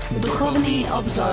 Duchovný obzor.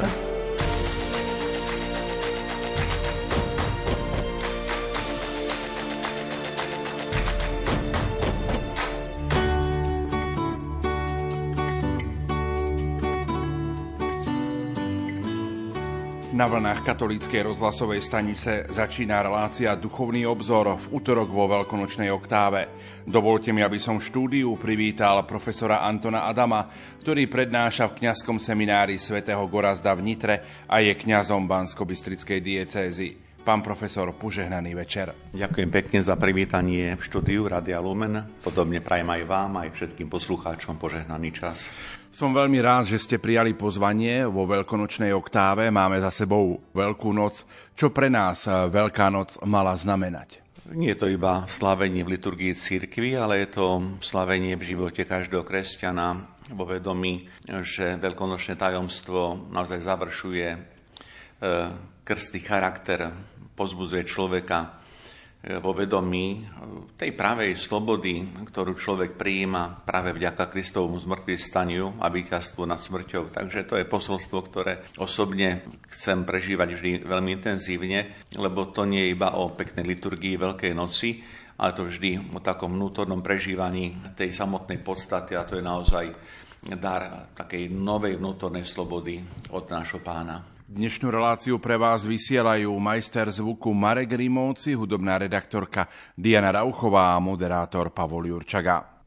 Na vlnách katolíckej rozhlasovej stanice začína relácia Duchovný obzor v utorok vo veľkonočnej oktáve. Dovolte mi, aby som v štúdiu privítal profesora Antona Adama, ktorý prednáša v kňazskom seminári svätého Gorazda v Nitre a je kňazom Banskobystrickej diecézy. Pán profesor, požehnaný večer. Ďakujem pekne za privítanie v štúdiu Rádia Lumen. Podobne prajem aj vám, aj všetkým poslucháčom požehnaný čas. Som veľmi rád, že ste prijali pozvanie vo veľkonočnej oktáve. Máme za sebou Veľkú noc. Čo pre nás Veľká noc mala znamenať? Nie je to iba slávenie v liturgii cirkvi, ale je to slávenie v živote každého kresťana vo vedomí, že veľkonočné tajomstvo naozaj završuje krstný charakter, pozbudzuje človeka vo vedomí tej pravej slobody, ktorú človek prijíma práve vďaka Kristovmu zmŕtvychvstaniu a víťazstvu nad smrťou. Takže to je posolstvo, ktoré osobne chcem prežívať vždy veľmi intenzívne, lebo to nie je iba o peknej liturgii Veľkej noci, ale to vždy o takom vnútornom prežívaní tej samotnej podstaty, a to je naozaj dar takej novej vnútornej slobody od nášho Pána. Dnešnú reláciu pre vás vysielajú majster zvuku Marek Rímovci, hudobná redaktorka Diana Rauchová a moderátor Pavol Jurčaga.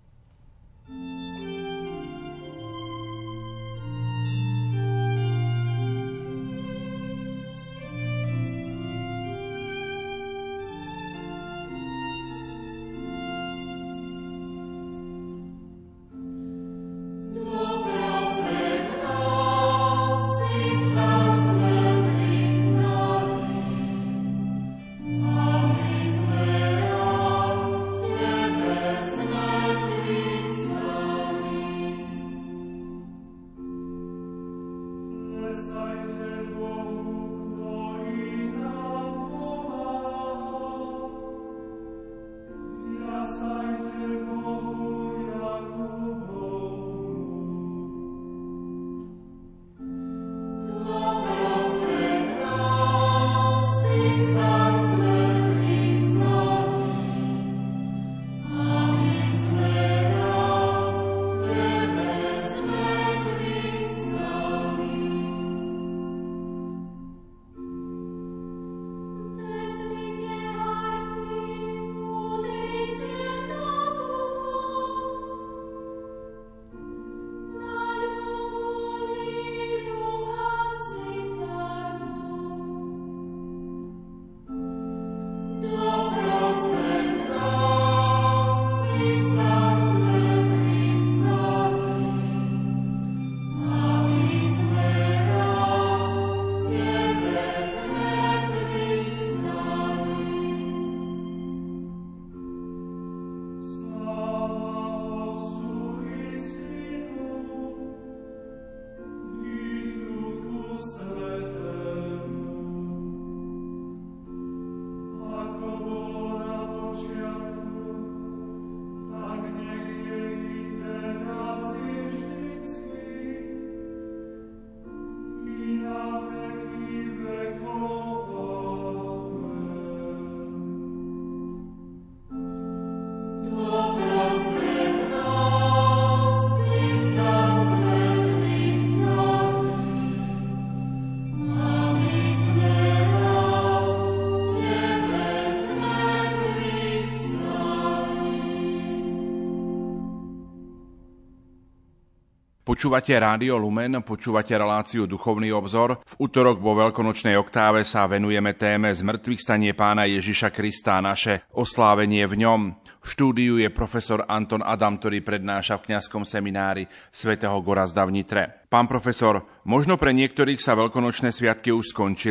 Počúvate Rádio Lumen, počúvate reláciu Duchovný obzor. V utorok vo veľkonočnej oktáve sa venujeme téme zmŕtvychvstanie Pána Ježiša Krista a naše oslávenie v ňom. V štúdiu je profesor Anton Adam, ktorý prednáša v kňazskom seminári svätého Gorazda v Nitre. Pán profesor, možno pre niektorých sa veľkonočné sviatky už skončili,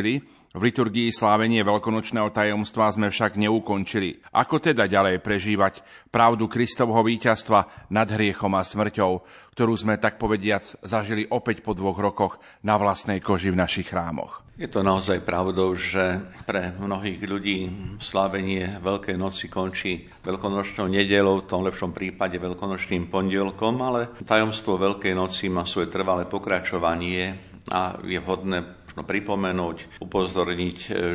V liturgii slávenie veľkonočného tajomstva sme však neukončili. Ako teda ďalej prežívať pravdu Kristovho víťazstva nad hriechom a smrťou, ktorú sme tak povediac zažili opäť po 2 rokoch na vlastnej koži v našich chrámoch? Je to naozaj pravdou, že pre mnohých ľudí slávenie Veľkej noci končí veľkonočnou nedeľou, v tom lepšom prípade veľkonočným pondelkom, ale tajomstvo Veľkej noci má svoje trvalé pokračovanie a je vhodné pripomenúť, upozorniť,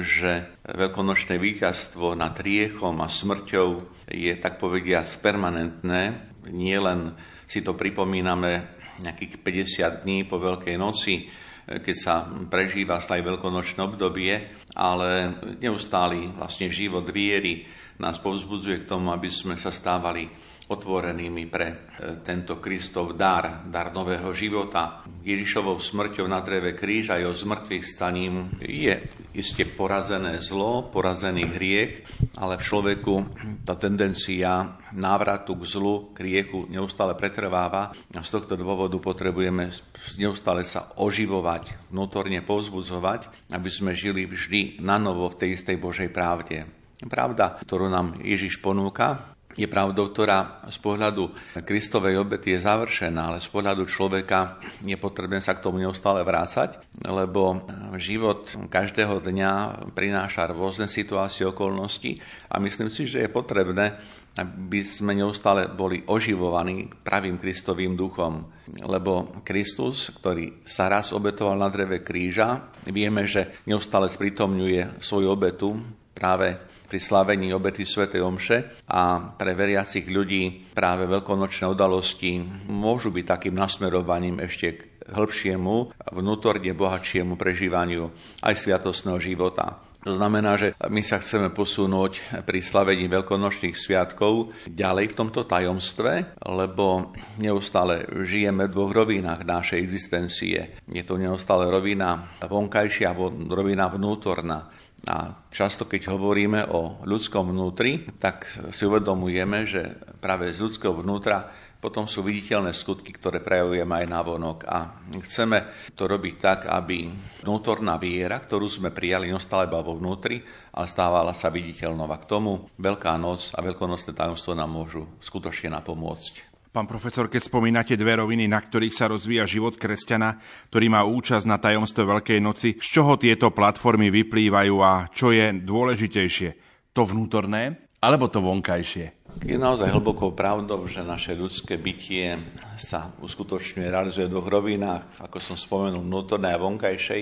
že veľkonočné víťazstvo nad hriechom a smrťou je tak povediac permanentné. Nie len si to pripomíname nejakých 50 dní po Veľkej noci, keď sa prežíva aj veľkonočné obdobie, ale neustály vlastne život viery nás povzbudzuje k tomu, aby sme sa stávali otvorenými pre tento Kristov dar nového života. Ježišovou smrťou na dreve kríža a jeho zmrtvých staním je iste porazené zlo, porazený hriech, ale v človeku tá tendencia návratu k zlu, k hriechu neustále pretrváva a z tohto dôvodu potrebujeme neustále sa oživovať, vnútorne povzbudzovať, aby sme žili vždy na novo v tej istej Božej pravde. Pravda, ktorú nám Ježiš ponúka, je pravdou, ktorá z pohľadu Kristovej obety je završená, ale z pohľadu človeka je potrebné sa k tomu neustále vrácať, lebo život každého dňa prináša rôzne situácie, okolnosti a myslím si, že je potrebné, aby sme neustále boli oživovaní pravým Kristovým duchom. Lebo Kristus, ktorý sa raz obetoval na dreve kríža, vieme, že neustále sprítomňuje svoju obetu práve pri slávení obety svätej omše a pre veriacich ľudí práve veľkonočné udalosti môžu byť takým nasmerovaním ešte k hĺbšiemu, vnútorne bohatšiemu prežívaniu aj sviatostného života. To znamená, že my sa chceme posunúť pri slavení veľkonočných sviatkov ďalej v tomto tajomstve, lebo neustále žijeme v 2 rovinách našej existencie. Je to neustále rovina vonkajšia a rovina vnútorná. A často, keď hovoríme o ľudskom vnútri, tak si uvedomujeme, že práve z ľudského vnútra potom sú viditeľné skutky, ktoré prejavujeme aj navonok. A chceme to robiť tak, aby vnútorná viera, ktorú sme prijali, neustále iba vo vnútri, ale stávala sa viditeľnou. A k tomu Veľká noc a veľkonočné tajomstvo nám môžu skutočne napomôcť. Pán profesor, keď spomínate 2 roviny, na ktorých sa rozvíja život kresťana, ktorý má účasť na tajomstve Veľkej noci, z čoho tieto platformy vyplývajú a čo je dôležitejšie? To vnútorné alebo to vonkajšie? Je naozaj hlbokou pravdou, že naše ľudské bytie sa uskutočňuje, realizuje v 2 rovinách, ako som spomenul, vnútornej a vonkajšej.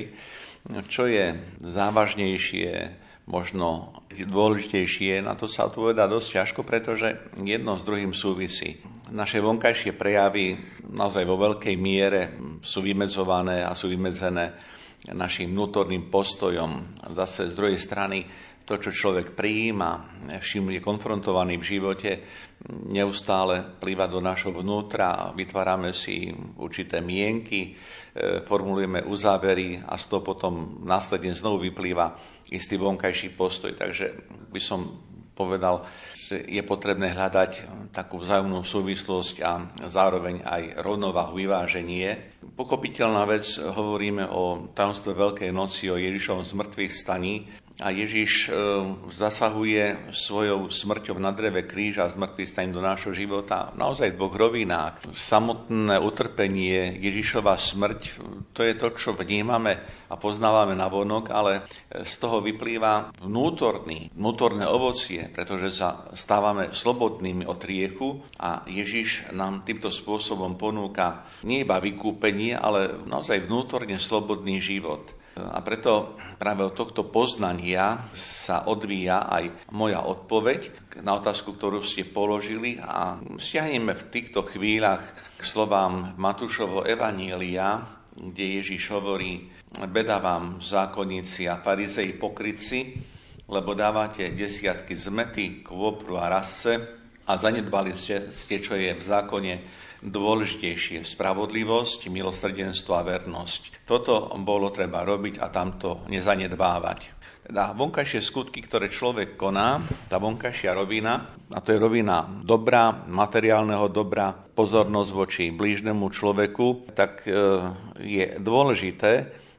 Čo je závažnejšie, možno dôležitejšie, na to sa odpovedá dosť ťažko, pretože jedno s druhým súvisí. Naše vonkajšie prejavy naozaj vo veľkej miere sú vymedzované a sú vymedzené našim vnútorným postojom. Zase z druhej strany to, čo človek prijíma, čím je konfrontovaný v živote, neustále plýva do našho vnútra, vytvárame si určité mienky, formulujeme uzávery a z toho potom následne znovu vyplýva istý vonkajší postoj. Takže by som povedal, že je potrebné hľadať takú vzájomnú súvislosť a zároveň aj rovnováhu, vyváženie. Pochopiteľná vec, hovoríme o tajomstve Veľkej noci, o Ježišovom zmrtvých staní a Ježiš zasahuje svojou smrťou na dreve kríža a zmrtvých staní do nášho života naozaj v 2 rovinách. Samotné utrpenie, Ježišova smrť, to je to, čo vnímame a poznávame navonok, ale z toho vyplýva vnútorné ovocie, pretože sa stávame slobodnými od hriechu a Ježiš nám týmto spôsobom ponúka nie iba vykúpenie, ale naozaj vnútorne slobodný život. A preto práve od tohto poznania sa odvíja aj moja odpoveď na otázku, ktorú ste položili a stiahneme v týchto chvíľach k slovám Matúšovho evanília, kde Ježiš hovorí: beda vám, zákonníci a farizei pokrytci, lebo dávate desiatky zmety, kôpru a rasce a zanedbali ste, čo je v zákone dôležitejšie: spravodlivosť, milosrdenstvo a vernosť. Toto bolo treba robiť a tamto nezanedbávať. Teda vonkajšie skutky, ktoré človek koná, tá vonkajšia rovina, a to je rovina dobra, materiálneho dobra, pozornosť voči blížnemu človeku, tak je dôležité,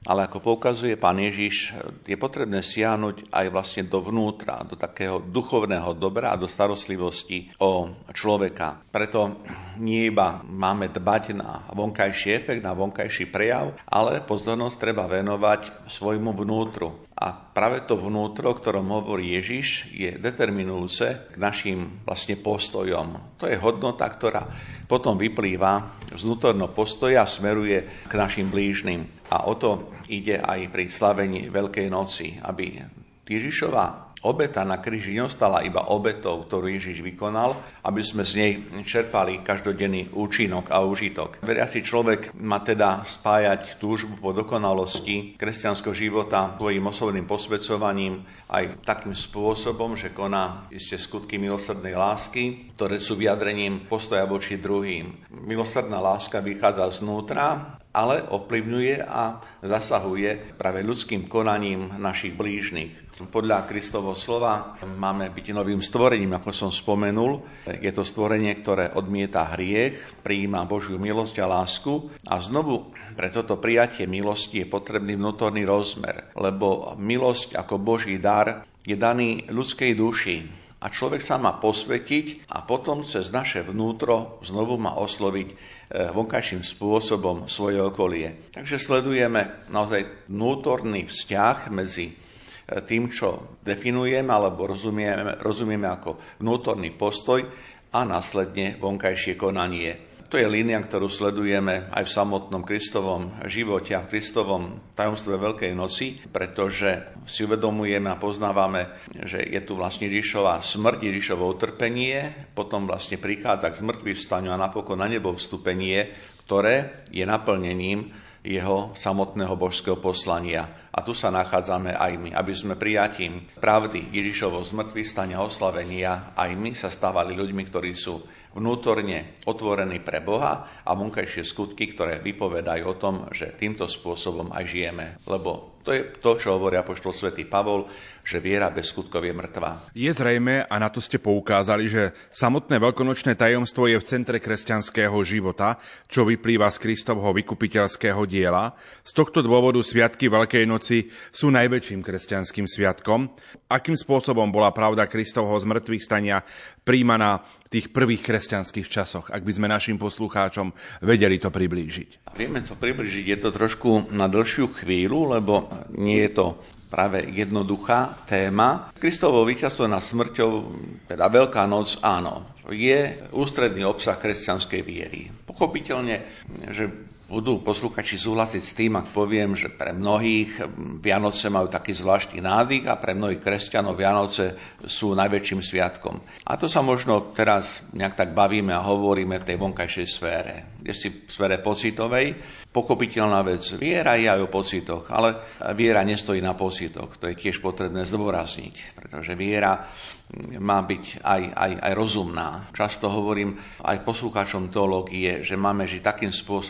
Ale ako poukazuje Pán Ježiš, je potrebné siahnuť aj vlastne dovnútra, do takého duchovného dobra a do starostlivosti o človeka. Preto nie iba máme dbať na vonkajší efekt, na vonkajší prejav, ale pozornosť treba venovať svojmu vnútru. A práve to vnútro, o ktorom hovorí Ježiš, je determinujúce k našim vlastne postojom. To je hodnota, ktorá potom vyplýva z vnútorného postoja a smeruje k našim blížnym. A o to ide aj pri slavení Veľkej noci, aby Ježišova obeta na kríži neostala iba obetou, ktorú Ježiš vykonal, aby sme z nej čerpali každodenný účinok a úžitok. Veriaci človek má teda spájať túžbu po dokonalosti kresťanského života svojím osobným posväcovaním aj takým spôsobom, že koná isté skutky milosrdnej lásky, ktoré sú vyjadrením postoja voči druhým. Milosrdná láska vychádza znútra, ale ovplyvňuje a zasahuje práve ľudským konaním našich blížnych. Podľa Kristovho slova máme byť novým stvorením, ako som spomenul. Je to stvorenie, ktoré odmieta hriech, prijíma Božiu milosť a lásku a znovu pre toto prijatie milosti je potrebný vnútorný rozmer, lebo milosť ako Boží dar je daný ľudskej duši. A človek sa má posvetiť a potom cez naše vnútro znovu má osloviť vonkajším spôsobom svoje okolie. Takže sledujeme naozaj vnútorný vzťah medzi tým, čo definujeme alebo rozumieme ako vnútorný postoj a následne vonkajšie konanie. To je línia, ktorú sledujeme aj v samotnom Kristovom živote a v Kristovom tajomstve Veľkej noci, pretože si uvedomujeme a poznávame, že je tu vlastne Ježišova smrť, Ježišovo utrpenie, potom vlastne prichádza k zmŕtvychvstaniu a napokon na nebo vstúpenie, ktoré je naplnením jeho samotného božského poslania. A tu sa nachádzame aj my, aby sme prijatím pravdy Ježišovo zmŕtvychvstania a oslavenia aj my sa stávali ľuďmi, ktorí sú vnútorne otvorení pre Boha a vonkajšie skutky, ktoré vypovedajú o tom, že týmto spôsobom aj žijeme. Lebo to je to, čo hovorí apoštol svätý Pavol, že viera bez skutkov je mŕtva. Je zrejmé, a na to ste poukázali, že samotné veľkonočné tajomstvo je v centre kresťanského života, čo vyplýva z Kristovho vykupiteľského diela. Z tohto dôvodu sviatky Veľkej noci sú najväčším kresťanským sviatkom. Akým spôsobom bola pravda Kristovho zmŕtvychvstania príjmaná v tých prvých kresťanských časoch, ak by sme našim poslucháčom vedeli to priblížiť? Vieme to priblížiť, je to trošku na dlhšiu chvíľu, lebo nie je to práve jednoduchá téma. Kristovo víťazstvo nad smrťou, teda Veľká noc, áno, je ústredný obsah kresťanskej viery. Pochopiteľne, že budú posluchači súhlasiť s tým, ak poviem, že pre mnohých Vianoce majú taký zvláštny nádyk a pre mnohých kresťanov Vianoce sú najväčším sviatkom. A to sa možno teraz nejak tak bavíme a hovoríme v tej vonkajšej sfére. Je si v sfére pocitovej, pochopiteľná vec. Viera je aj o pocitoch, ale viera nestojí na pocitoch. To je tiež potrebné zdôrazniť, pretože viera má byť aj rozumná. Často hovorím aj poslucháčom teológie, že máme žiť takým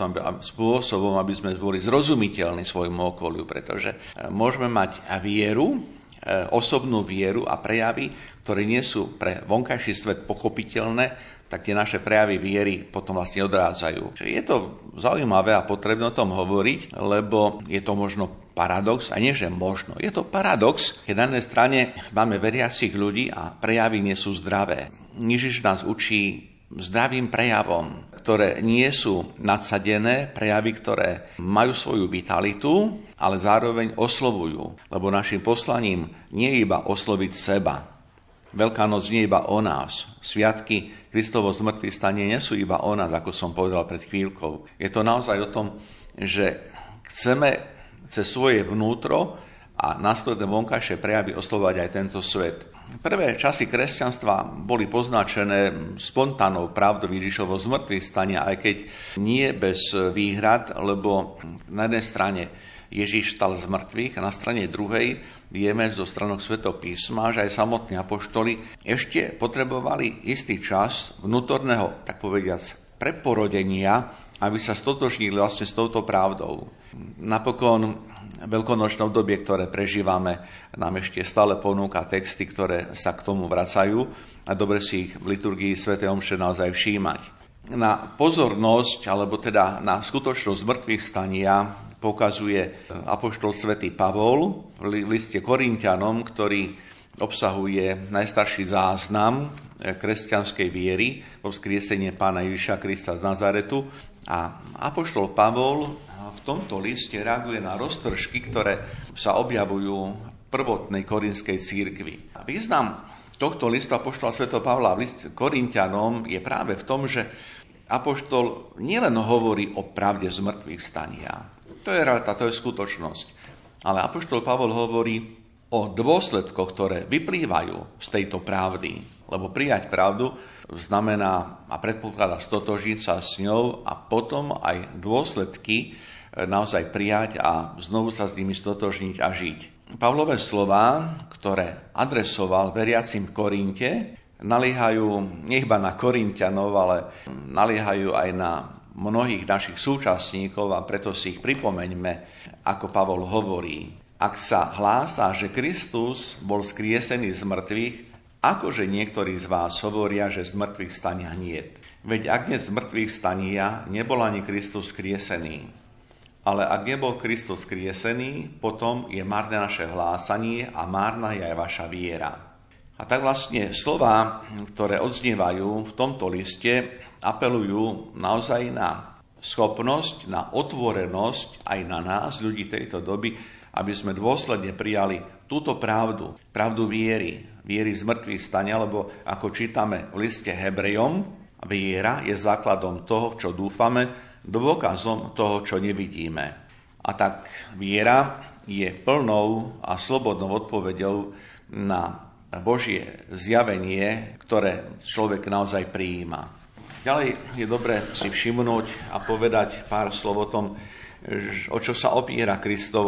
spôsobom, aby sme boli zrozumiteľní svojmu okoliu, pretože môžeme mať vieru, osobnú vieru a prejavy, ktoré nie sú pre vonkajší svet pochopiteľné, tak tie naše prejavy viery potom vlastne odrádzajú. Je to zaujímavé a potrebné o tom hovoriť, lebo je to možno paradox, a nie že možno. Je to paradox, keď na jednej strane máme veriacich ľudí a prejavy nie sú zdravé. Ježiš nás učí zdravým prejavom, ktoré nie sú nadsadené, prejavy, ktoré majú svoju vitalitu, ale zároveň oslovujú. Lebo našim poslaním nie je iba osloviť seba. Veľká noc nie je iba o nás. Sviatky Kristovo zmŕtvychvstanie nie sú iba o nás, ako som povedal pred chvíľkou. Je to naozaj o tom, že chceme cez svoje vnútro a následné vonkajšie prejavy oslovať aj tento svet. Prvé časy kresťanstva boli poznačené spontánnou pravdou Ježišovho zmŕtvychvstania, aj keď nie bez výhrad, lebo na jednej strane Ježiš stal z mŕtvych a na strane druhej vieme zo stránok Svätého písma, že aj samotní apoštoli ešte potrebovali istý čas vnútorného, tak povediac, preporodenia, aby sa stotožnili vlastne s touto pravdou. Napokon veľkonočné obdobie, ktoré prežívame, nám ešte stále ponúka texty, ktoré sa k tomu vracajú a dobre si ich v liturgii svätej omše naozaj všímať. Na pozornosť, alebo teda na skutočnosť zmŕtvychvstania pokazuje apoštol svätý Pavol v liste Korinťanom, ktorý obsahuje najstarší záznam kresťanskej viery vo vzkriesenie Pána Ježiša Krista z Nazaretu. A apoštol Pavol v tomto liste reaguje na roztržky, ktoré sa objavujú v prvotnej korinskej cirkvi. Význam tohto listu apoštola svätého Pavla v liste Korinťanom je práve v tom, že apoštol nielen hovorí o pravde z mŕtvych stania. To je realita, to je skutočnosť. Ale apoštol Pavol hovorí o dôsledkoch, ktoré vyplývajú z tejto pravdy. Lebo prijať pravdu znamená a predpokladá stotožiť sa s ňou a potom aj dôsledky naozaj prijať a znovu sa s nimi stotožniť a žiť. Pavlové slová, ktoré adresoval veriacim v Korinte, naliehajú nie iba na Korinťanov, ale naliehajú aj na mnohých našich súčasníkov a preto si ich pripomeňme, ako Pavol hovorí. Ak sa hlása, že Kristus bol skriesený z mŕtvych, akože niektorí z vás hovoria, že z mŕtvych stania niet. Veď ak nie z mŕtvych stania, nebol ani Kristus skriesený. Ale ak nebol Kristus skriesený, potom je márne naše hlásanie a márna je aj vaša viera. A tak vlastne slová, ktoré odznievajú v tomto liste, apelujú naozaj na schopnosť, na otvorenosť aj na nás, ľudí tejto doby, aby sme dôsledne prijali túto pravdu, pravdu viery z mŕtvych stania, lebo ako čítame v liste Hebrejom, viera je základom toho, v čo dúfame, dôkazom toho, čo nevidíme. A tak viera je plnou a slobodnou odpoveďou na Božie zjavenie, ktoré človek naozaj prijíma. Ďalej je dobre si všimnúť a povedať pár slov o tom, o čo sa opiera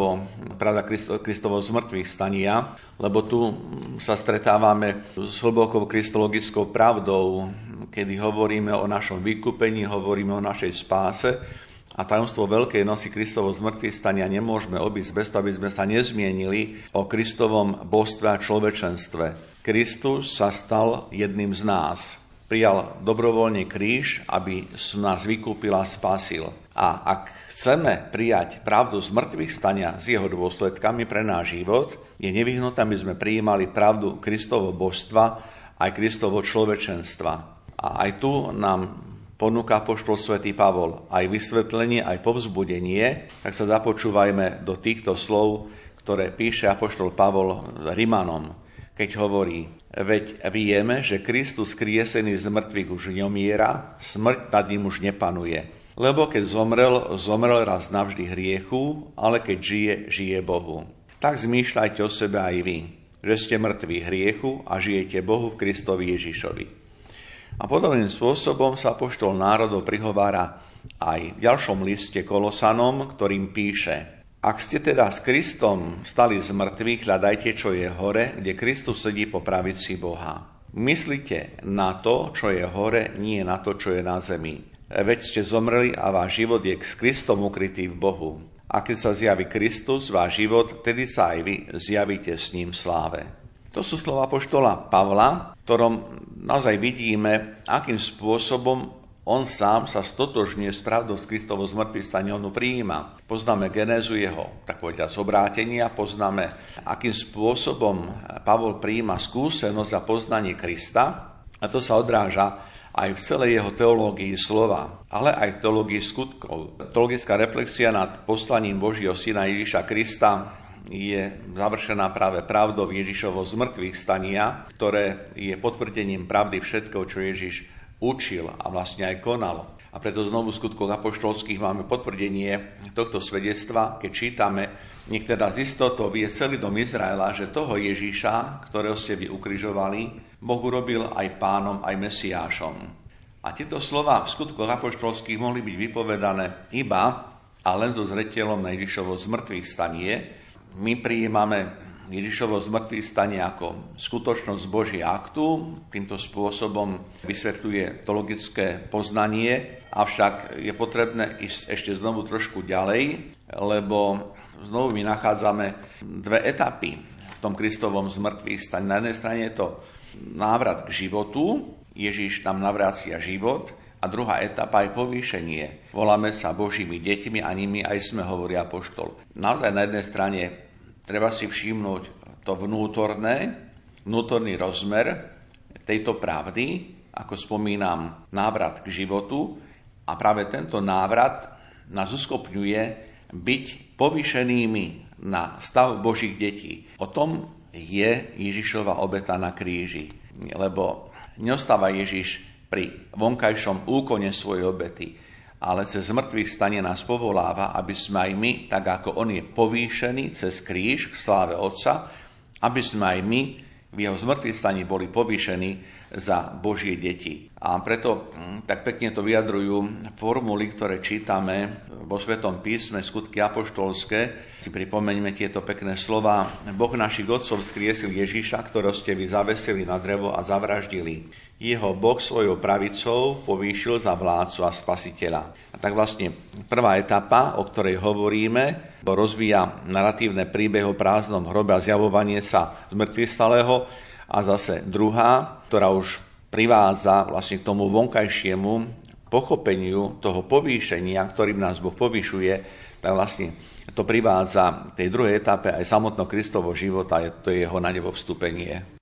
Kristovo zmrtvých stania, lebo tu sa stretávame s hlbokou kristologickou pravdou, kedy hovoríme o našom vykúpení, hovoríme o našej spáse a tajomstvo veľkej noci Kristovo zmrtvých stania nemôžeme obísť bez toho, aby sme sa nezmienili o Kristovom božstve a človečenstve. Kristus sa stal jedným z nás. Prijal dobrovoľne kríž, aby nás vykúpil a spasil. A ak chceme prijať pravdu z mŕtvych stania s jeho dôsledkami pre náš život, je nevyhnutné, aby sme prijímali pravdu Kristovo božstva aj Kristovo človečenstva. A aj tu nám ponúka apoštol svätý Pavol aj vysvetlenie, aj povzbudenie, tak sa započúvajme do týchto slov, ktoré píše apoštol Pavol Rimanom, keď hovorí: veď vieme, že Kristus skriesený z mŕtvych už neomiera, smrť nad ním už nepanuje. Lebo keď zomrel raz navždy hriechu, ale keď žije Bohu. Tak zmýšľajte o sebe aj vy, že ste mŕtvi hriechu a žijete Bohu v Kristovi Ježišovi. A podobným spôsobom sa apoštol národov prihovára aj v ďalšom liste Kolosanom, ktorým píše: ak ste teda s Kristom stali z mŕtvych, hľadajte, čo je hore, kde Kristus sedí po pravici Boha. Myslite na to, čo je hore, nie na to, čo je na zemi. Veď ste zomreli a váš život je s Kristom ukrytý v Bohu. A keď sa zjaví Kristus, váš život, tedy sa aj vy zjavíte s ním v sláve. To sú slova apoštola Pavla, v ktorom naozaj vidíme, akým spôsobom on sám sa stotožňuje s pravdou z Kristovo zmrtvých stania, on prijíma. Poznáme genézu jeho, tak povedať, obrátenia, poznáme, akým spôsobom Pavol prijíma skúsenosť a poznanie Krista, a to sa odráža aj v celej jeho teológii slova, ale aj v teológii skutkov. Teologická reflexia nad poslaním Božieho syna Ježiša Krista je završená práve pravdou Ježišovo zmrtvých stania, ktoré je potvrdením pravdy všetkého, čo Ježiš učil a vlastne aj konal. A preto znovu v skutkoch apoštolských máme potvrdenie tohto svedectva, keď čítame: nech teda z istotou vie celý dom Izraela, že toho Ježiša, ktorého ste vy ukrižovali, Boh urobil aj pánom, aj Mesiášom. A tieto slova v skutkoch apoštolských mohli byť vypovedané iba a len so zreteľom na Ježišovo zmrtvých stanie. My prijímame Ježišovo zmrtvých stanie ako skutočnosť Boží aktu, týmto spôsobom vysvetľuje teologické poznanie, avšak je potrebné ísť ešte znovu trošku ďalej, lebo znovu my nachádzame dve etapy v tom Kristovom zmrtvých staní. Na jednej strane je to návrat k životu, Ježiš nám navracia život, a A druhá etapa je povýšenie. Voláme sa Božími deťmi a nimi aj sme, hovorí apoštol. Naozaj na jednej strane treba si všimnúť to vnútorný rozmer tejto pravdy, ako spomínam, návrat k životu. A práve tento návrat nás uschopňuje byť povýšenými na stav Božích detí. O tom je Ježišova obeta na kríži. Lebo neostáva Ježiš pri vonkajšom úkone svojej obety, ale cez mŕtvych stane nás povoláva, aby sme aj my, tak ako on je povýšený cez kríž k sláve Otca, aby sme aj my v jeho zmrtvých staní boli povýšení za Božie deti. A preto tak pekne to vyjadrujú formuly, ktoré čítame vo Svetom písme, Skutky apoštolské. Si pripomeňme tieto pekné slova. Boh našich otcov vzkriesil Ježiša, ktorého ste vy zavesili na drevo a zavraždili. Jeho Boh svojou pravicou povýšil za vládcu a spasiteľa. A tak vlastne prvá etapa, o ktorej hovoríme, rozvíja naratívne príbeh o prázdnom hrobe a zjavovanie sa zmŕtvychvstalého, a zase druhá, ktorá už privádza vlastne k tomu vonkajšiemu pochopeniu toho povýšenia, ktorým nás Boh povýšuje, tak vlastne to privádza tej druhej etape aj samotného Kristovo života, to je jeho na nebo vstúpenie.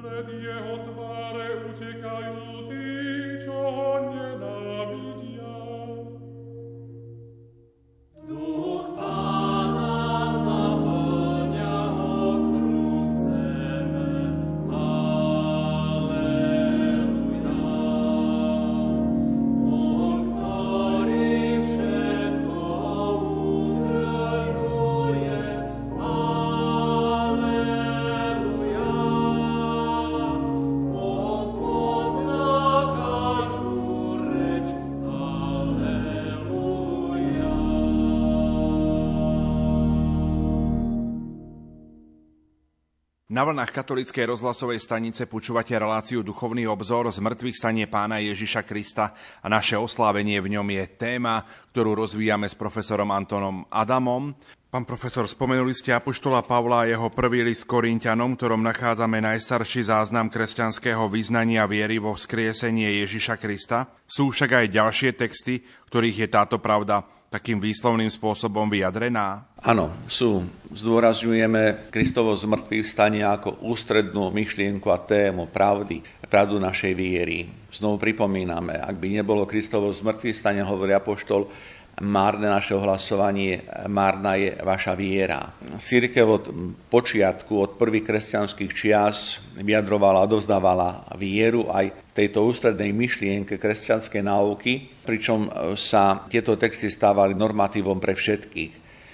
Na vlnách katolíckej rozhlasovej stanice počúvate reláciu Duchovný obzor z mŕtvych stanie Pána Ježiša Krista a naše oslávenie v ňom je téma, ktorú rozvíjame s profesorom Antonom Adamom. Pán profesor, spomenuli ste apoštola Pavla a jeho prvý list Korinťanom, ktorom nachádzame najstarší záznam kresťanského vyznania viery vo vzkriesenie Ježiša Krista. Sú však aj ďalšie texty, ktorých je táto pravda takým výslovným spôsobom vyjadrená? Áno, sú. Zdôrazňujeme Kristovo zmŕtvychvstanie ako ústrednú myšlienku a tému pravdu našej viery. Znovu pripomíname, ak by nebolo Kristovo zmŕtvychvstanie, hovorí apoštol, márne naše ohlasovanie, márna je vaša viera. Cirkev od počiatku, od prvých kresťanských čias vyjadrovala a dozdávala vieru aj tejto ústrednej myšlienke kresťanskej náuky, pričom sa tieto texty stávali normatívom pre všetkých.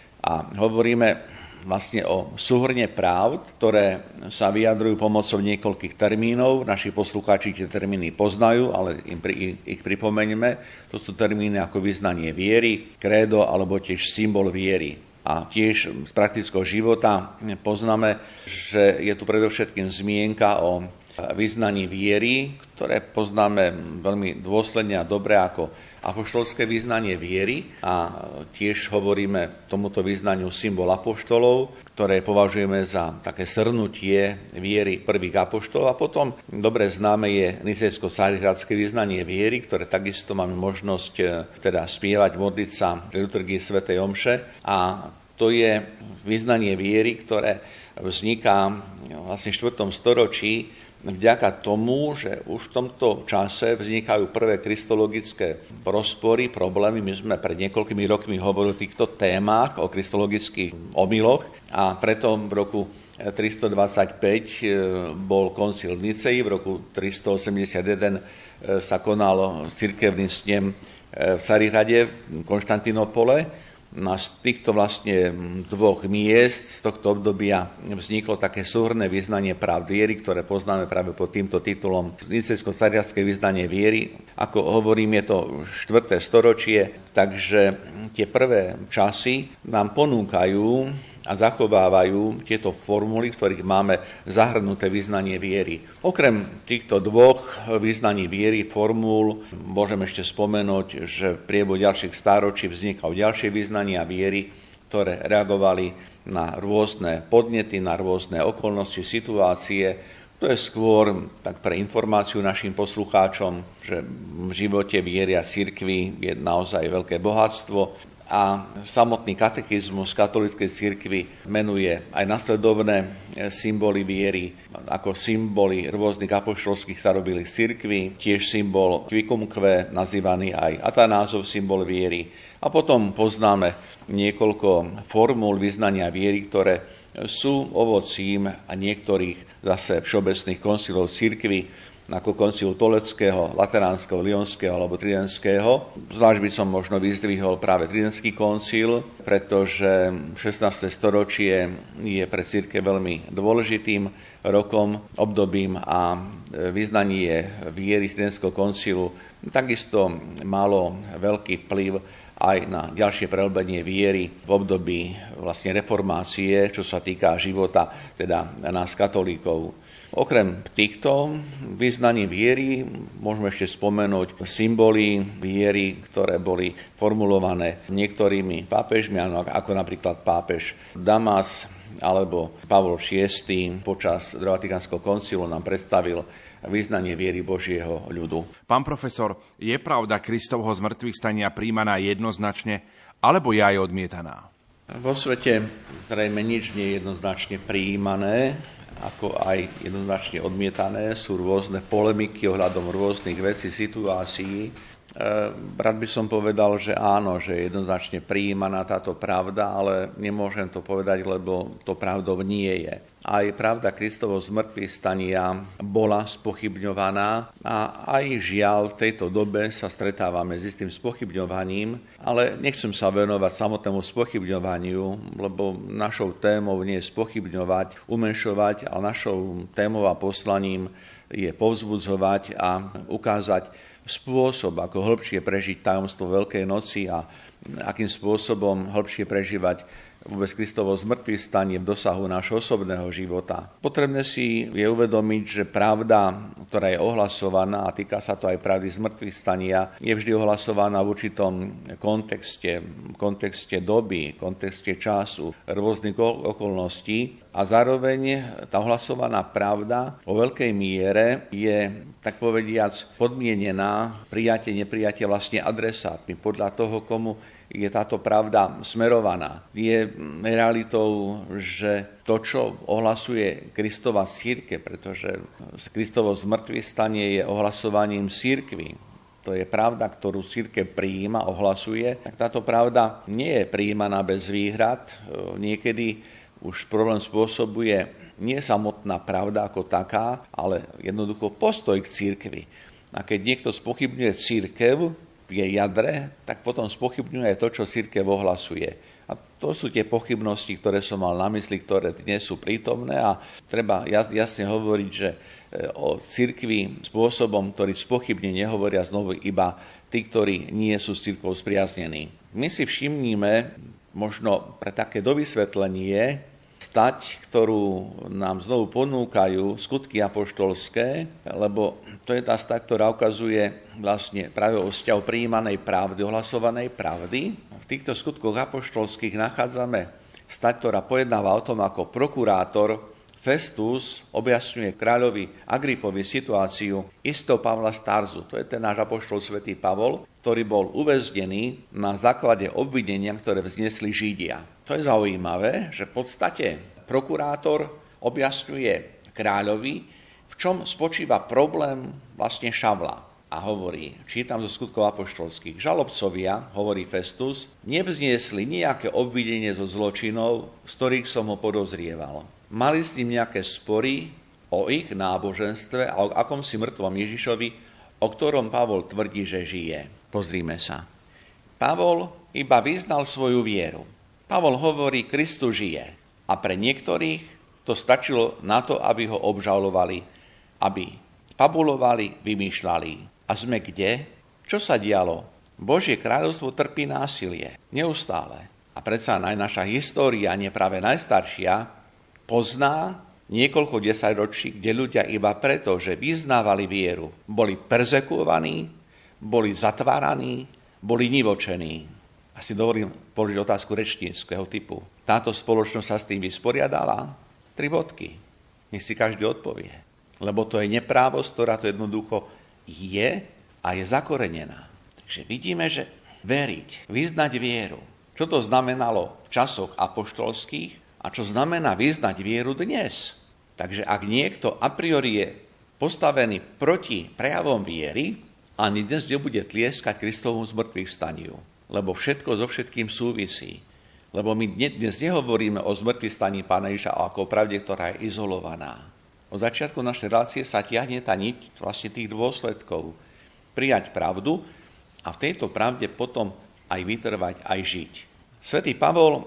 A hovoríme vlastne o súhrne pravd, ktoré sa vyjadrujú pomocou niekoľkých termínov. Naši poslucháči tie termíny poznajú, ale ich pripomeňme. To sú termíny ako vyznanie viery, krédo alebo tiež symbol viery. A tiež z praktického života poznáme, že je tu predovšetkým zmienka o vyznaní viery, ktoré poznáme veľmi dôsledne a dobre ako apoštolské vyznanie viery a tiež hovoríme tomuto vyznaniu symbol apoštolov, ktoré považujeme za také shrnutie viery prvých apoštolov a potom dobre známe je nicejsko-sarihradské vyznanie viery, ktoré takisto máme možnosť teda spievať, modliť sa pri liturgii svätej omše a to je vyznanie viery, ktoré vzniká vlastne v 4. storočí vďaka tomu, že už v tomto čase vznikajú prvé kristologické rozpory, problémy. My sme pred niekoľkými rokmi hovorili o týchto témach, o kristologických omyloch a preto v roku 325 bol koncil v Niceji, v roku 381 sa konal cirkevný snem v Carihrade, v Konštantínopole. Z týchto vlastne dvoch miest z tohto obdobia vzniklo také súhrnné vyznanie práv viery, ktoré poznáme práve pod týmto titulom Nicejsko-sarihradské vyznanie viery. Ako hovorím, je to 4. storočie, takže tie prvé časy nám ponúkajú a zachovávajú tieto formuly, v ktorých máme zahrnuté vyznanie viery. Okrem týchto dvoch vyznaní viery, formul, môžeme ešte spomenúť, že v priebehu ďalších stáročí vznikali ďalšie vyznania viery, ktoré reagovali na rôzne podnety, na rôzne okolnosti, situácie. To je skôr tak pre informáciu našim poslucháčom, že v živote viery a cirkvi je naozaj veľké bohatstvo. A samotný katechizmus katolíckej cirkvi menuje aj nasledovné symboly viery, ako symboly rôznych apoštolských starobilých cirkví, tiež symbol Quicumque, nazývaný aj Atanázov symbol viery. A potom poznáme niekoľko formul vyznania viery, ktoré sú ovocím a niektorých zase všeobecných koncilov cirkvi, ako koncilu Toleckého, Lateránskeho, Lyonského alebo Tridentského. Zvlášť by som možno vyzdvihol práve Tridentský koncil, pretože 16. storočie je pre cirkev veľmi dôležitým rokom, obdobím a vyznanie viery Tridentského koncilu takisto malo veľký vplyv aj na ďalšie prehlbenie viery v období vlastne reformácie, čo sa týka života teda nás katolíkov. Okrem týchto vyznaní viery môžeme ešte spomenúť symboly viery, ktoré boli formulované niektorými pápežmi, ako napríklad pápež Damas alebo Pavol VI počas druhého vatikánskeho koncilu nám predstavil vyznanie viery Božieho ľudu. Pán profesor, je pravda Kristovho zmŕtvychvstania príjmaná jednoznačne, alebo je aj odmietaná? Vo svete zrejme nič nie je jednoznačne prijímané, ako aj jednoznačne odmietané. Sú rôzne polemiky ohľadom rôznych vecí, situácií. Rád by som povedal, že áno, že je jednoznačne prijímaná táto pravda, ale nemôžem to povedať, lebo to pravdou nie je. Aj pravda Kristovo zmŕtvychvstania bola spochybňovaná a aj žiaľ v tejto dobe sa stretávame s istým spochybňovaním, ale nechcem sa venovať samotnému spochybňovaniu, lebo našou témou nie je spochybňovať, umenšovať, ale našou témou a poslaním je povzbudzovať a ukázať spôsob, ako hĺbšie prežiť tajomstvo Veľkej noci a akým spôsobom hĺbšie prežívať vôbec Kristovo zmŕtvychvstanie v dosahu nášho osobného života. Potrebné si je uvedomiť, že pravda, ktorá je ohlasovaná, a týka sa to aj pravdy zmŕtvychvstania, je vždy ohlasovaná v určitom kontexte doby, kontexte času, rôznych okolností. A zároveň tá ohlasovaná pravda vo veľkej miere je, tak povediac, podmienená prijatie, neprijatie vlastne adresátmi podľa toho, komu je táto pravda smerovaná. Je realitou, že to, čo ohlasuje Kristova cirkev, pretože Kristovo zmŕtvychvstanie je ohlasovaním cirkvi, to je pravda, ktorú cirkev prijíma, ohlasuje, tak táto pravda nie je prijímaná bez výhrad. Niekedy už problém spôsobuje nie samotná pravda ako taká, ale jednoducho postoj k cirkvi. A keď niekto spochybňuje cirkev v jej jadre, tak potom spochybňuje aj to, čo cirkev ohlasuje. A to sú tie pochybnosti, ktoré som mal na mysli, ktoré dnes sú prítomné a treba jasne hovoriť, že o cirkvi spôsobom, ktorý spochybne nehovoria znovu iba tí, ktorí nie sú s cirkvou spriaznení. My si všimníme, možno pre také dovysvetlenie, stať, ktorú nám znovu ponúkajú skutky apoštolské, lebo to je tá stať, ktorá ukazuje vlastne práve o vzťahu prijímanej pravdy, ohlasovanej pravdy. V týchto skutkoch apoštolských nachádzame stať, ktorá pojednáva o tom, ako prokurátor Festus objasňuje kráľovi Agripovi situáciu istého Pavla z Tarzu. To je ten náš apoštol svätý Pavol, ktorý bol uväznený na základe obvinenia, ktoré vznesli Židia. To je zaujímavé, že v podstate prokurátor objasňuje kráľovi, v čom spočíva problém vlastne Šavla. A hovorí, čítam zo skutkov apoštolských, žalobcovia, hovorí Festus, nevzniesli nejaké obvinenie zo zločinov, z ktorých som ho podozrieval. Mali s ním nejaké spory o ich náboženstve a o akomsi mŕtvom Ježišovi, o ktorom Pavol tvrdí, že žije. Pozrime sa. Pavol iba vyznal svoju vieru. Pavol hovorí, Kristus žije. A pre niektorých to stačilo na to, aby ho obžalovali, aby fabulovali, vymýšľali. A sme kde? Čo sa dialo? Božie kráľovstvo trpí násilie. Neustále. A predsa aj naša história, nie práve najstaršia, pozná niekoľko desaťročí, kde ľudia iba preto, že vyznávali vieru, boli perzekovaní, boli zatváraní, boli nivočení. Asi dovolím položiť otázku rečníckeho typu. Táto spoločnosť sa s tým vysporiadala? 3 bodky. Nech si každý odpovie. Lebo to je neprávosť, ktorá to jednoducho je a je zakorenená. Takže vidíme, že veriť, vyznať vieru. Čo to znamenalo v časoch apoštolských a čo znamená vyznať vieru dnes. Takže ak niekto a priori je postavený proti prejavom viery, ani dnes nebude tlieskať Kristovu zmŕtvychvstaniu. Lebo všetko so všetkým súvisí. Lebo my dnes nehovoríme o zmŕtvychvstaní Pána Ježiša ako o pravde, ktorá je izolovaná. Od začiatku našej relácie sa tiahne tá niť vlastne tých dôsledkov. Prijať pravdu a v tejto pravde potom aj vytrvať, aj žiť. Svätý Pavol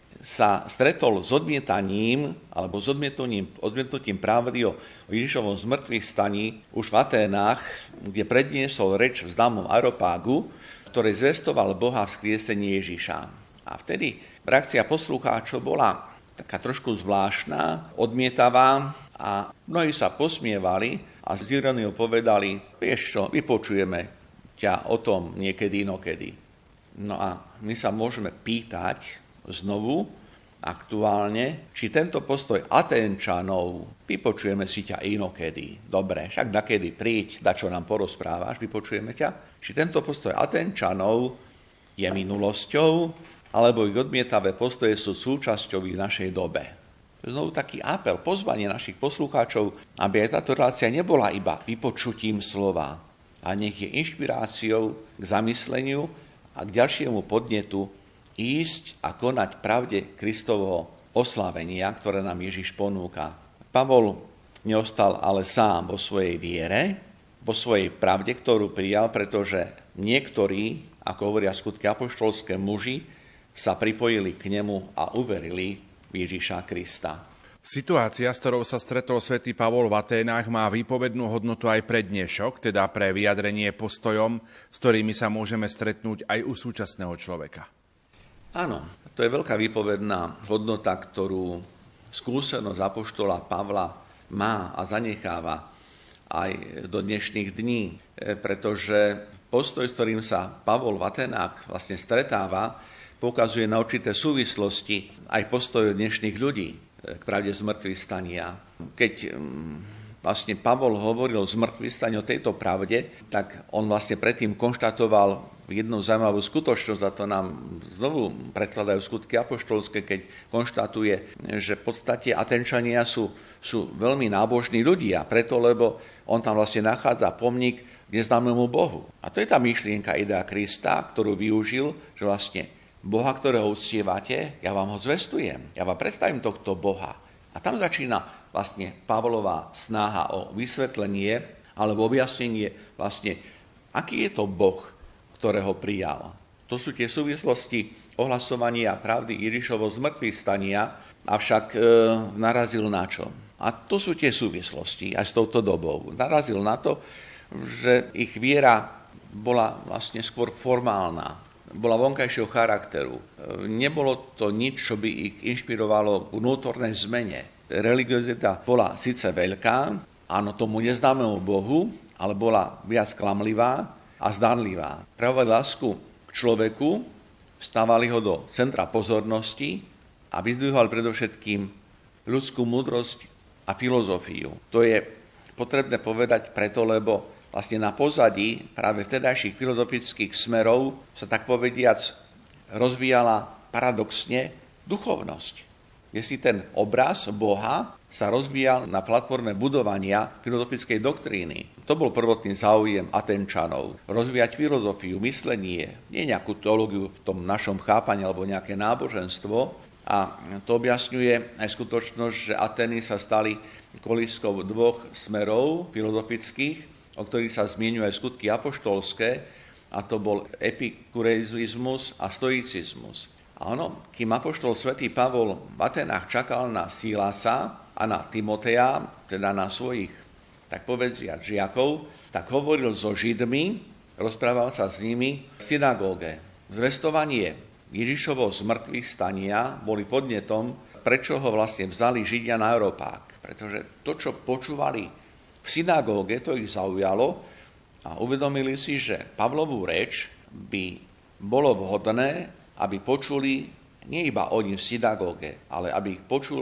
sa stretol s odmietaním alebo s odmietnutím pravdy o Ježišovom zmŕtvychvstaní už v Aténách, kde predniesol reč v známom Areopágu, ktorý zvestoval Boha vzkriesenie Ježiša. A vtedy reakcia poslucháčov bola taká trošku zvláštna, odmietavá a mnohí sa posmievali a z ironiou povedali, vieš čo, vypočujeme ťa o tom niekedy inokedy. No a my sa môžeme pýtať znovu, aktuálne, či tento postoj Aténčanov, vypočujeme si ťa inokedy. Dobre, však dakedy príď, čo nám porozprávaš, vypočujeme ťa. Či tento postoj Aténčanov je minulosťou, alebo ich odmietavé postoje sú súčasťou v našej dobe. znovu taký apel, pozvanie našich poslucháčov, aby aj táto relácia nebola iba vypočutím slova, a nech je inšpiráciou k zamysleniu a k ďalšiemu podnetu ísť a konať pravde Kristovho oslávenia, ktoré nám Ježiš ponúka. Pavol neostal ale sám vo svojej viere, vo svojej pravde, ktorú prijal, pretože niektorí, ako hovoria skutky apoštolské, muži sa pripojili k nemu a uverili v Ježiša Krista. Situácia, s ktorou sa stretol svätý Pavol v Aténach, má výpovednú hodnotu aj pre dnešok, teda pre vyjadrenie postojom, s ktorými sa môžeme stretnúť aj u súčasného človeka. Áno, to je veľká výpovedná hodnota, ktorú skúsenosť apoštola Pavla má a zanecháva aj do dnešných dní, pretože postoj, s ktorým sa Pavol v Atenách vlastne stretáva, poukazuje na určité súvislosti aj postoj dnešných ľudí k pravde zmrtvých stania. Keď vlastne Pavol hovoril o zmrtvých staní, o tejto pravde, tak on vlastne predtým konštatoval jednu zaujímavú skutočnosť, a to nám znovu predkladajú skutky apoštolské, keď konštatuje, že v podstate Atenčania sú veľmi nábožní ľudia, preto, lebo on tam vlastne nachádza pomník neznámemu Bohu. A to je tá myšlienka, idea Krista, ktorú využil, že vlastne Boha, ktorého uctievate, ja vám ho zvestujem. Ja vám predstavím tohto Boha. A tam začína vlastne Pavlova snaha o vysvetlenie alebo objasnenie vlastne, aký je to Boh, ktorého prijal. To sú tie súvislosti ohlasovania pravdy Ježišovo zmrtvých stania, avšak narazil na čo? A to sú tie súvislosti aj s touto dobou. Narazil na to, že ich viera bola vlastne skôr formálna, bola vonkajšieho charakteru. Nebolo to nič, čo by ich inšpirovalo k vnútornej zmene. Religiozita bola síce veľká, áno, tomu neznámemu Bohu, ale bola viac klamlivá a zdánlivá. Prejavovali lásku k človeku, stávali ho do centra pozornosti a vyzdvihovali predovšetkým ľudskú múdrosť a filozofiu. To je potrebné povedať preto, lebo vlastne na pozadí práve vtedajších filozofických smerov sa tak povediac rozvíjala paradoxne duchovnosť. Kde si ten obraz Boha sa rozvíjal na platforme budovania filozofickej doktríny. To bol prvotný záujem Atenčanov. Rozvíjať filozofiu, myslenie, nie nejakú teológiu v tom našom chápaní alebo nejaké náboženstvo. A to objasňuje aj skutočnosť, že Atény sa stali kolískou dvoch smerov filozofických, o ktorých sa zmieňujú aj skutky apoštolské, a to bol epikureizmus a stoicizmus. A ono, kým apoštol svätý Pavol v Atenách čakal na Silasa a na Timoteja, teda na svojich, tak povediac, žiakov, tak hovoril so Židmi, rozprával sa s nimi v synagóge. Zvestovanie Ježišovo zmrtvých stania boli podnetom, prečo ho vlastne vzali Židia na Európák. Pretože to, čo počúvali v synagóge, to ich zaujalo a uvedomili si, že Pavlovú reč by bolo vhodné, aby počuli nie iba oni v synagóge, ale aby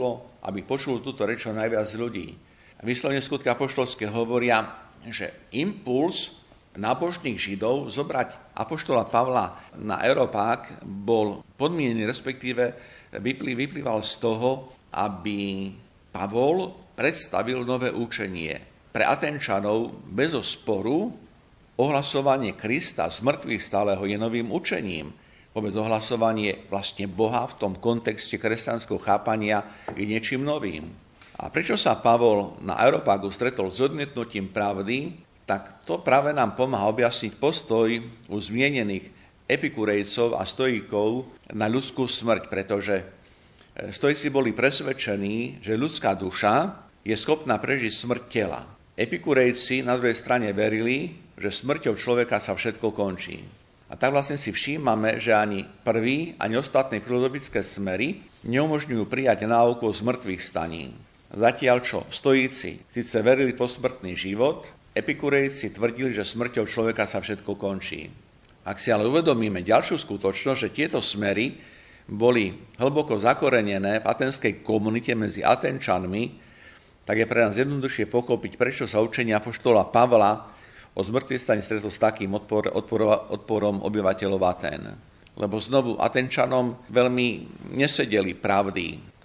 počul túto reč čo najviac ľudí. Vyslovene skutky apoštolské hovoria, že impuls nábožných Židov zobrať apoštola Pavla na Európák bol podmienený, respektíve vyplýval z toho, aby Pavol predstavil nové učenie. Pre Atenčanov bez sporu ohlasovanie Krista z mŕtvych stáleho je novým učením. Vôbec ohlasovanie vlastne Boha v tom kontexte kresťanského chápania je niečím novým. A prečo sa Pavol na Európágu stretol s odmietnutím pravdy, tak to práve nám pomáha objasniť postoj u zmienených epikurejcov a stoikov na ľudskú smrť, pretože stoici boli presvedčení, že ľudská duša je schopná prežiť smrť tela. Epikurejci na druhej strane verili, že smrťou človeka sa všetko končí. A tak vlastne si všímame, že ani prvý, ani ostatné filozofické smery neumožňujú prijať náuku o zmrtvých staní. Zatiaľ čo stojíci síce verili v posmrtný život, epikurejci tvrdili, že smrťou človeka sa všetko končí. Ak si ale uvedomíme ďalšiu skutočnosť, že tieto smery boli hlboko zakorenené v atenskej komunite medzi Atenčanmi, tak je pre nás jednoduchšie pochopiť, prečo sa učenie apoštola Pavla o zmŕtvychvstaní stretol s takým odporom obyvateľov Atén. Lebo znovu Atenčanom veľmi nesedeli pravdy,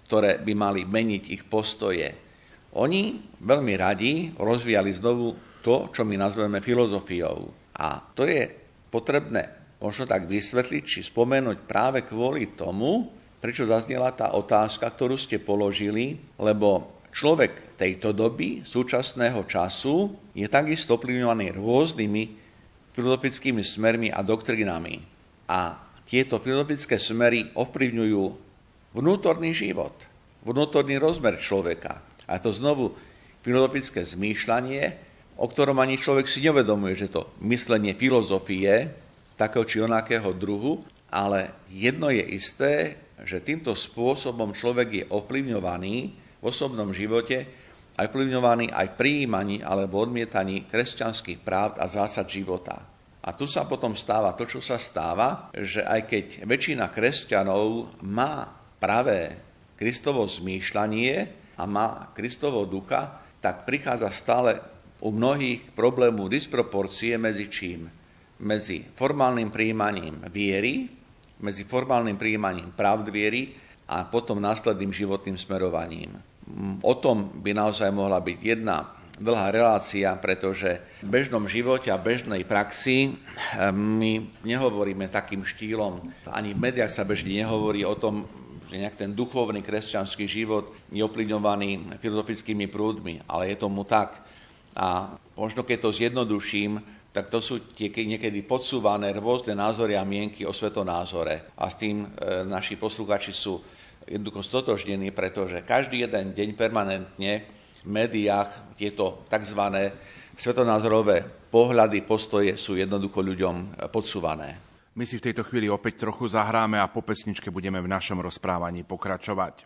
ktoré by mali meniť ich postoje. Oni veľmi radi rozvíjali znovu to, čo my nazveme filozofiou. A to je potrebné možno tak vysvetliť, či spomenúť práve kvôli tomu, prečo zaznela tá otázka, ktorú ste položili, lebo človek tejto doby, súčasného času, je takisto ovplyvňovaný rôznymi filozofickými smermi a doktrinami. A tieto filozofické smery ovplyvňujú vnútorný život, vnútorný rozmer človeka. A to znovu filozofické zmýšľanie, o ktorom ani človek si neuvedomuje, že to myslenie filozofie, takého či onakého druhu, ale jedno je isté, že týmto spôsobom človek je ovplyvňovaný v osobnom živote, aj ovplyvňovaný aj prijímaní alebo odmietaní kresťanských práv a zásad života. A tu sa potom stáva to, čo sa stáva, že aj keď väčšina kresťanov má pravé Kristovo zmýšľanie a má Kristovo ducha, tak prichádza stále u mnohých problému disproporcie medzi čím? Medzi formálnym prijímaním viery, medzi formálnym prijímaním pravd viery a potom následným životným smerovaním. O tom by naozaj mohla byť jedna dlhá relácia, pretože v bežnom živote a bežnej praxi my nehovoríme takým štýlom, ani v médiách sa bežne nehovorí o tom, že nejak ten duchovný kresťanský život je ovplyvňovaný filozofickými prúdmi, ale je tomu tak. A možno keď to zjednoduším, tak to sú niekedy podsúvané rôzne názory a mienky o svetonázore. A s tým naši posluchači sú jednoducho stotožnení, pretože každý jeden deň permanentne v médiách tieto tzv. Svetonázorové pohľady, postoje sú jednoducho ľuďom podsúvané. My si v tejto chvíli opäť trochu zahráme a po pesničke budeme v našom rozprávaní pokračovať.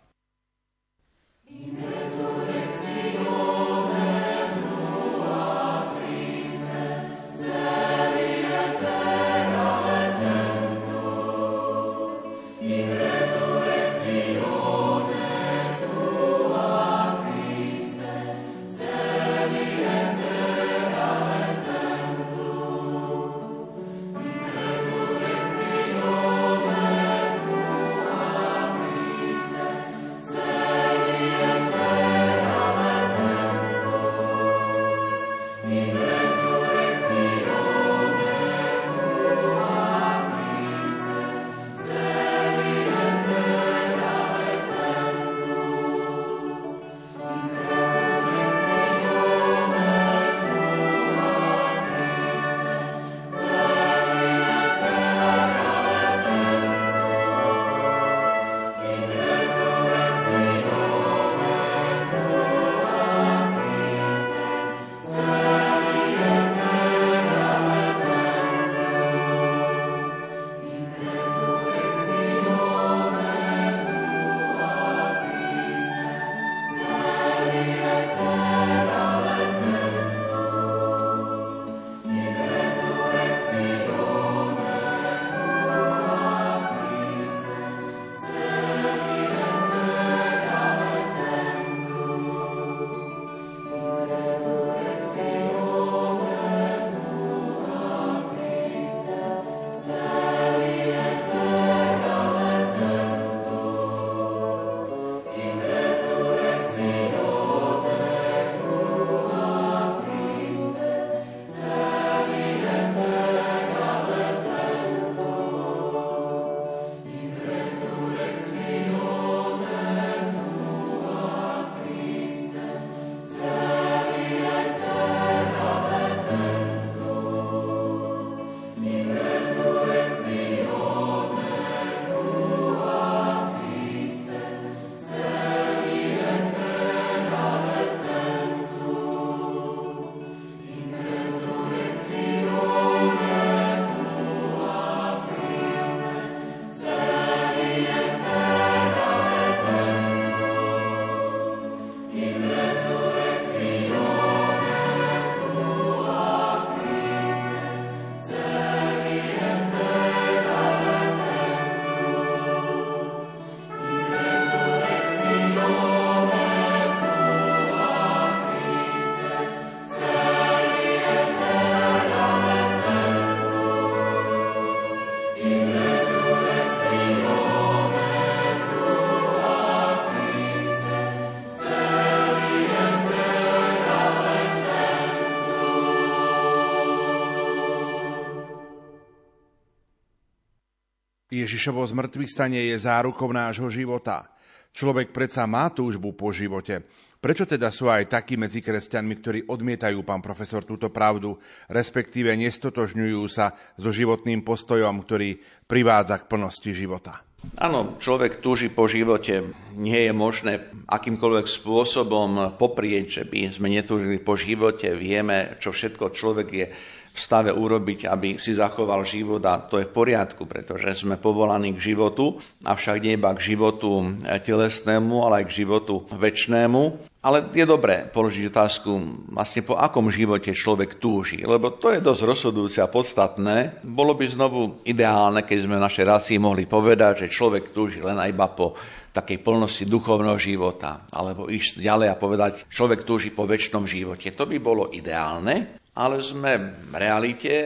Ježišovo zmŕtvychstanie je zárukou nášho života. Človek predsa má túžbu po živote. Prečo teda sú aj takí medzi kresťanmi, ktorí odmietajú, pán profesor, túto pravdu, respektíve nestotožňujú sa so životným postojom, ktorý privádza k plnosti života? Áno, človek túži po živote. Nie je možné akýmkoľvek spôsobom poprieť, že by sme netúžili po živote. Vieme, čo všetko človek je v stave urobiť, aby si zachoval život, a to je v poriadku, pretože sme povolaní k životu, avšak nie iba k životu telesnému, ale aj k životu večnému. Ale je dobré položiť otázku, vlastne po akom živote človek túži, lebo to je dosť rozhodujúce a podstatné. Bolo by znovu ideálne, keď sme v našej relácii mohli povedať, že človek túži len iba po takej plnosti duchovného života, alebo ísť ďalej a povedať, človek túži po večnom živote. To by bolo ideálne, ale sme v realite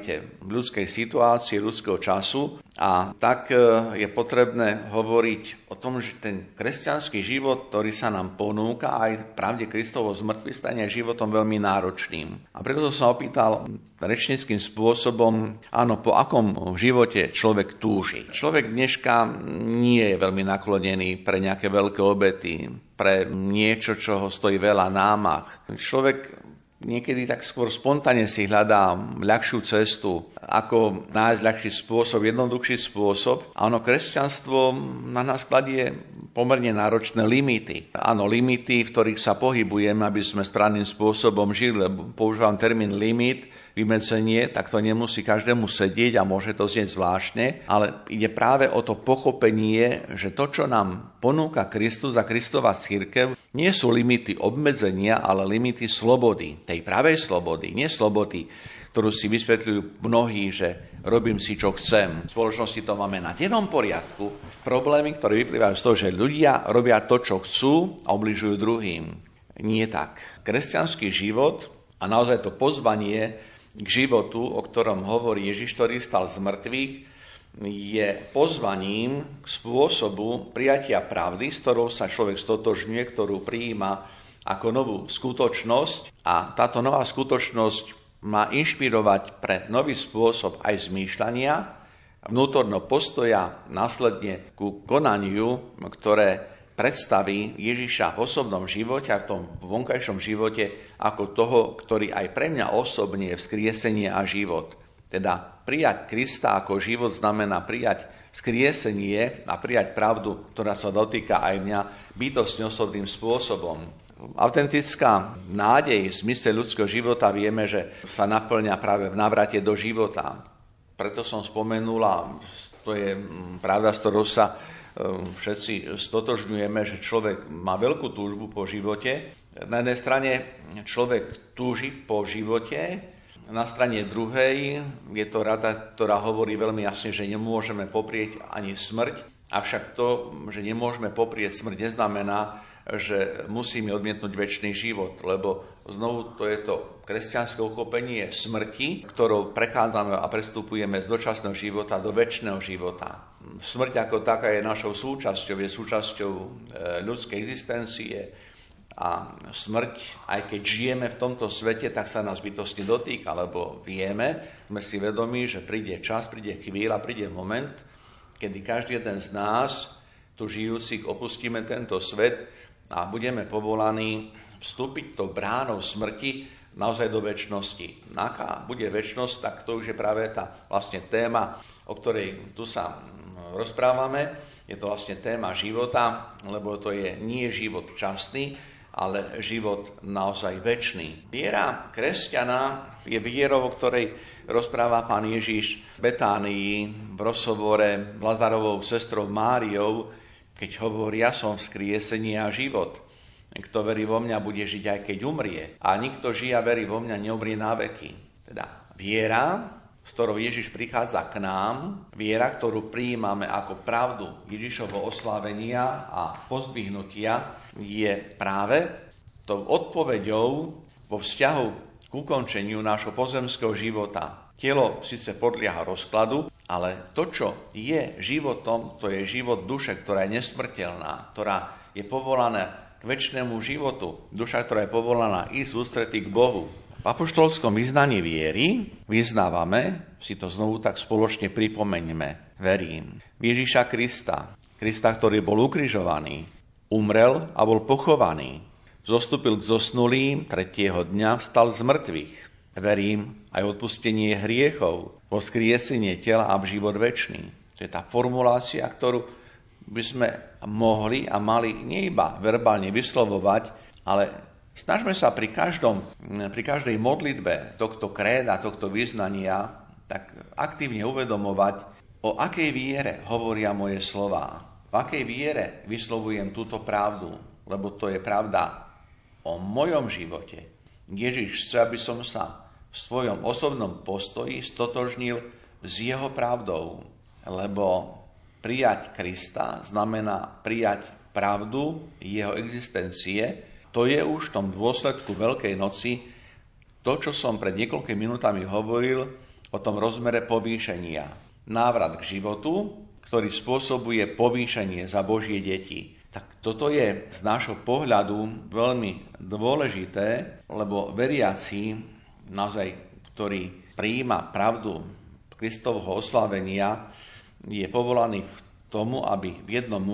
v ľudskej situácii, ľudského času, a tak je potrebné hovoriť o tom, že ten kresťanský život, ktorý sa nám ponúka, aj pravde Kristovo zmŕtvychvstanie, je životom veľmi náročným. A preto som sa opýtal rečnickým spôsobom, áno, po akom živote človek túži. Človek dneška nie je veľmi naklonený pre nejaké veľké obety, pre niečo, čo ho stojí veľa námah. Človek niekedy tak skôr spontánne si hľadá ľahšiu cestu, ako nájsť ľahší spôsob, jednoduchší spôsob. A ono, kresťanstvo na nás kladie pomerne náročné limity. Áno, limity, v ktorých sa pohybujeme, aby sme správnym spôsobom žili. Používam termín limit, vymedzenie, tak to nemusí každému sedieť a môže to znieť zvláštne, ale ide práve o to pochopenie, že to, čo nám ponúka Kristus a Kristova cirkev, nie sú limity obmedzenia, ale limity slobody, tej pravej slobody, nie slobody, ktorú si vysvetľujú mnohí, že robím si, čo chcem. V spoločnosti to máme na dennom poriadku. Problémy, ktoré vyplývajú z toho, že ľudia robia to, čo chcú a obližujú druhým. Nie tak. Kresťanský život a naozaj to pozvanie k životu, o ktorom hovorí Ježiš, ktorý vstal z mŕtvych, je pozvaním k spôsobu prijatia pravdy, s ktorou sa človek stotožňuje, ktorú prijíma ako novú skutočnosť. A táto nová skutočnosť má inšpirovať pre nový spôsob aj zmýšľania, vnútorného postoja, následne ku konaniu, ktoré predstaví Ježiša v osobnom živote a v tom vonkajšom živote ako toho, ktorý aj pre mňa osobne je vzkriesenie a život. Teda prijať Krista ako život znamená prijať vzkriesenie a prijať pravdu, ktorá sa dotýka aj mňa bytostne osobným spôsobom. Autentická nádej v zmysle ľudského života vieme, že sa naplňa práve v návrate do života. Preto som spomenul, a to je pravda, s ktorou sa všetci stotožňujeme, že človek má veľkú túžbu po živote. Na jednej strane človek túži po živote, na strane druhej je to rada, ktorá hovorí veľmi jasne, že nemôžeme poprieť ani smrť, avšak to, že nemôžeme poprieť smrť, neznamená, že musíme odmietnúť večný život, lebo znovu to je to kresťanské uchopenie smrti, ktorou prechádzame a prestupujeme z dočasného života do večného života. Smrť ako taká je našou súčasťou, je súčasťou ľudskej existencie a smrť, aj keď žijeme v tomto svete, tak sa nás bytostne dotýka, lebo vieme, sme si vedomí, že príde čas, príde chvíľa, príde moment, kedy každý jeden z nás, tu žijúcich, opustíme tento svet a budeme povolaní vstúpiť tou bránou smrti naozaj do večnosti. Aká bude večnosť, tak to už je práve tá vlastne téma, o ktorej tu sa rozprávame. Je to vlastne téma života, lebo to je nie život časný, ale život naozaj večný. Viera kresťana je vierou, o ktorej rozpráva pán Ježiš v Betánii v rozhovore s Lazarovou sestrou Máriou, keď hovorí, ja som vzkriesenie a život. Kto verí vo mňa, bude žiť aj keď umrie. A nikto žije a verí vo mňa, neumrie na veky. Teda viera, s ktorou Ježiš prichádza k nám, viera, ktorú prijímame ako pravdu Ježišovho oslávenia a pozdvihnutia, je práve tou odpoveďou vo vzťahu k ukončeniu nášho pozemského života. Telo síce podlieha rozkladu, ale to, čo je životom, to je život duše, ktorá je nesmrteľná, ktorá je povolaná k večnému životu. Duša, ktorá je povolaná ísť v ústretí k Bohu. V apoštolskom vyznaní viery vyznávame, si to znovu tak spoločne pripomeňme, verím v Ježiša Krista, ktorý bol ukrižovaný, umrel a bol pochovaný, zostúpil k zosnulým, 3. dňa vstal z mŕtvych. Verím aj v odpustenie hriechov, vzkriesenie tela a v život večný. To je tá formulácia, ktorú by sme mohli a mali nie iba verbálne vyslovovať, ale snažme sa pri každej modlitbe tohto kréda, tohto vyznania, tak aktívne uvedomovať, o akej viere hovoria moje slová, v akej viere vyslovujem túto pravdu, lebo to je pravda o mojom živote. Ježiš chce, aby som sa v svojom osobnom postoji stotožnil s jeho pravdou, lebo prijať Krista znamená prijať pravdu jeho existencie. To je už v tom dôsledku Veľkej noci to, čo som pred niekoľkými minútami hovoril o tom rozmere povýšenia. Návrat k životu, ktorý spôsobuje povýšenie za Božie deti. Tak toto je z nášho pohľadu veľmi dôležité, lebo veriaci, naozaj, ktorý prijíma pravdu Kristovho oslavenia, je povolaný k tomu, aby v jednom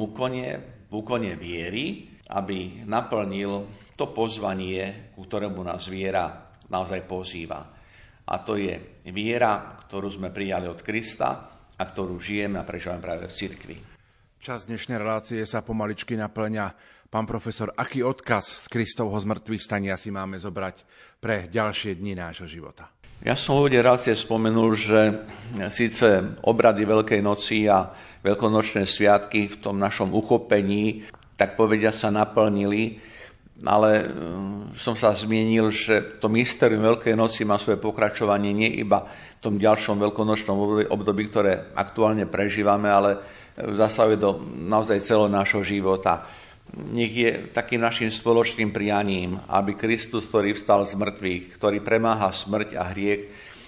úkone viery, aby naplnil to pozvanie, ku ktorému nás viera naozaj pozýva. A to je viera, ktorú sme prijali od Krista a ktorú žijeme a prežívame práve v cirkvi. Čas dnešnej relácie sa pomaličky naplňa. Pán profesor, aký odkaz z Kristovho zmrtvých stania si máme zobrať pre ďalšie dni nášho života? Ja som v úvode relácie spomenul, že síce obrady Veľkej noci a veľkonočné sviatky v tom našom uchopení, tak povedia, sa naplnili, ale som sa zmienil, že to mystérium Veľkej noci má svoje pokračovanie nie iba v tom ďalšom veľkonočnom období, ktoré aktuálne prežívame, ale zasahuje do naozaj celého nášho života. Nech je takým našim spoločným prianím, aby Kristus, ktorý vstal z mŕtvych, ktorý premáha smrť a hriech,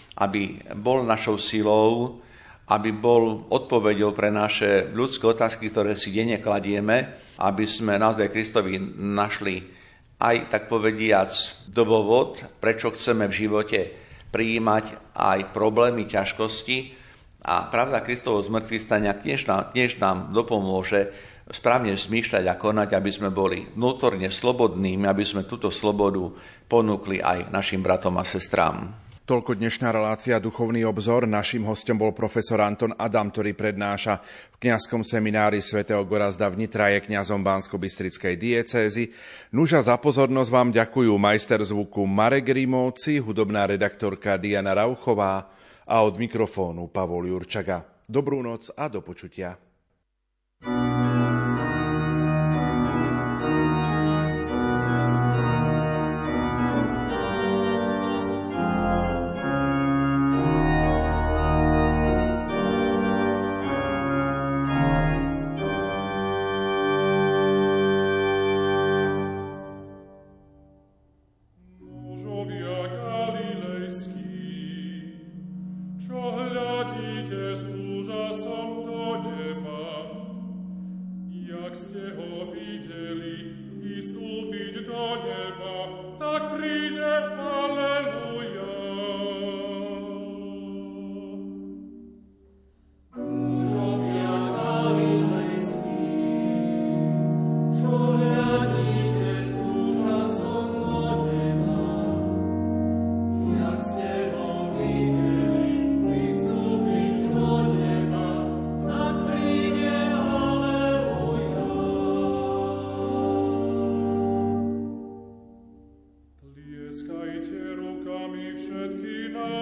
aby bol našou silou, aby bol odpoveďou pre naše ľudské otázky, ktoré si denne kladieme, aby sme naozaj Kristovi našli aj, tak povediac, dôvod, prečo chceme v živote prijímať aj problémy, ťažkosti. A pravda Kristovho zmŕtvychvstania tiež nám dopomôže správne zmýšľať a konať, aby sme boli vnútorne slobodnými, aby sme túto slobodu ponúkli aj našim bratom a sestrám. Toľko dnešná relácia Duchovný obzor. Naším hostom bol profesor Anton Adam, ktorý prednáša v kňazskom seminári svätého Gorazda v Nitra, je kňazom Banskobystrickej diecézy. Nuža, za pozornosť vám ďakujú majster zvuku Marek Rimóci, hudobná redaktorka Diana Rauchová a od mikrofónu Pavol Jurčaga. Dobrú noc a do počutia.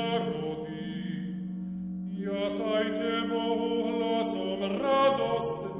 Jasajcie Bohu hlasom radostnym.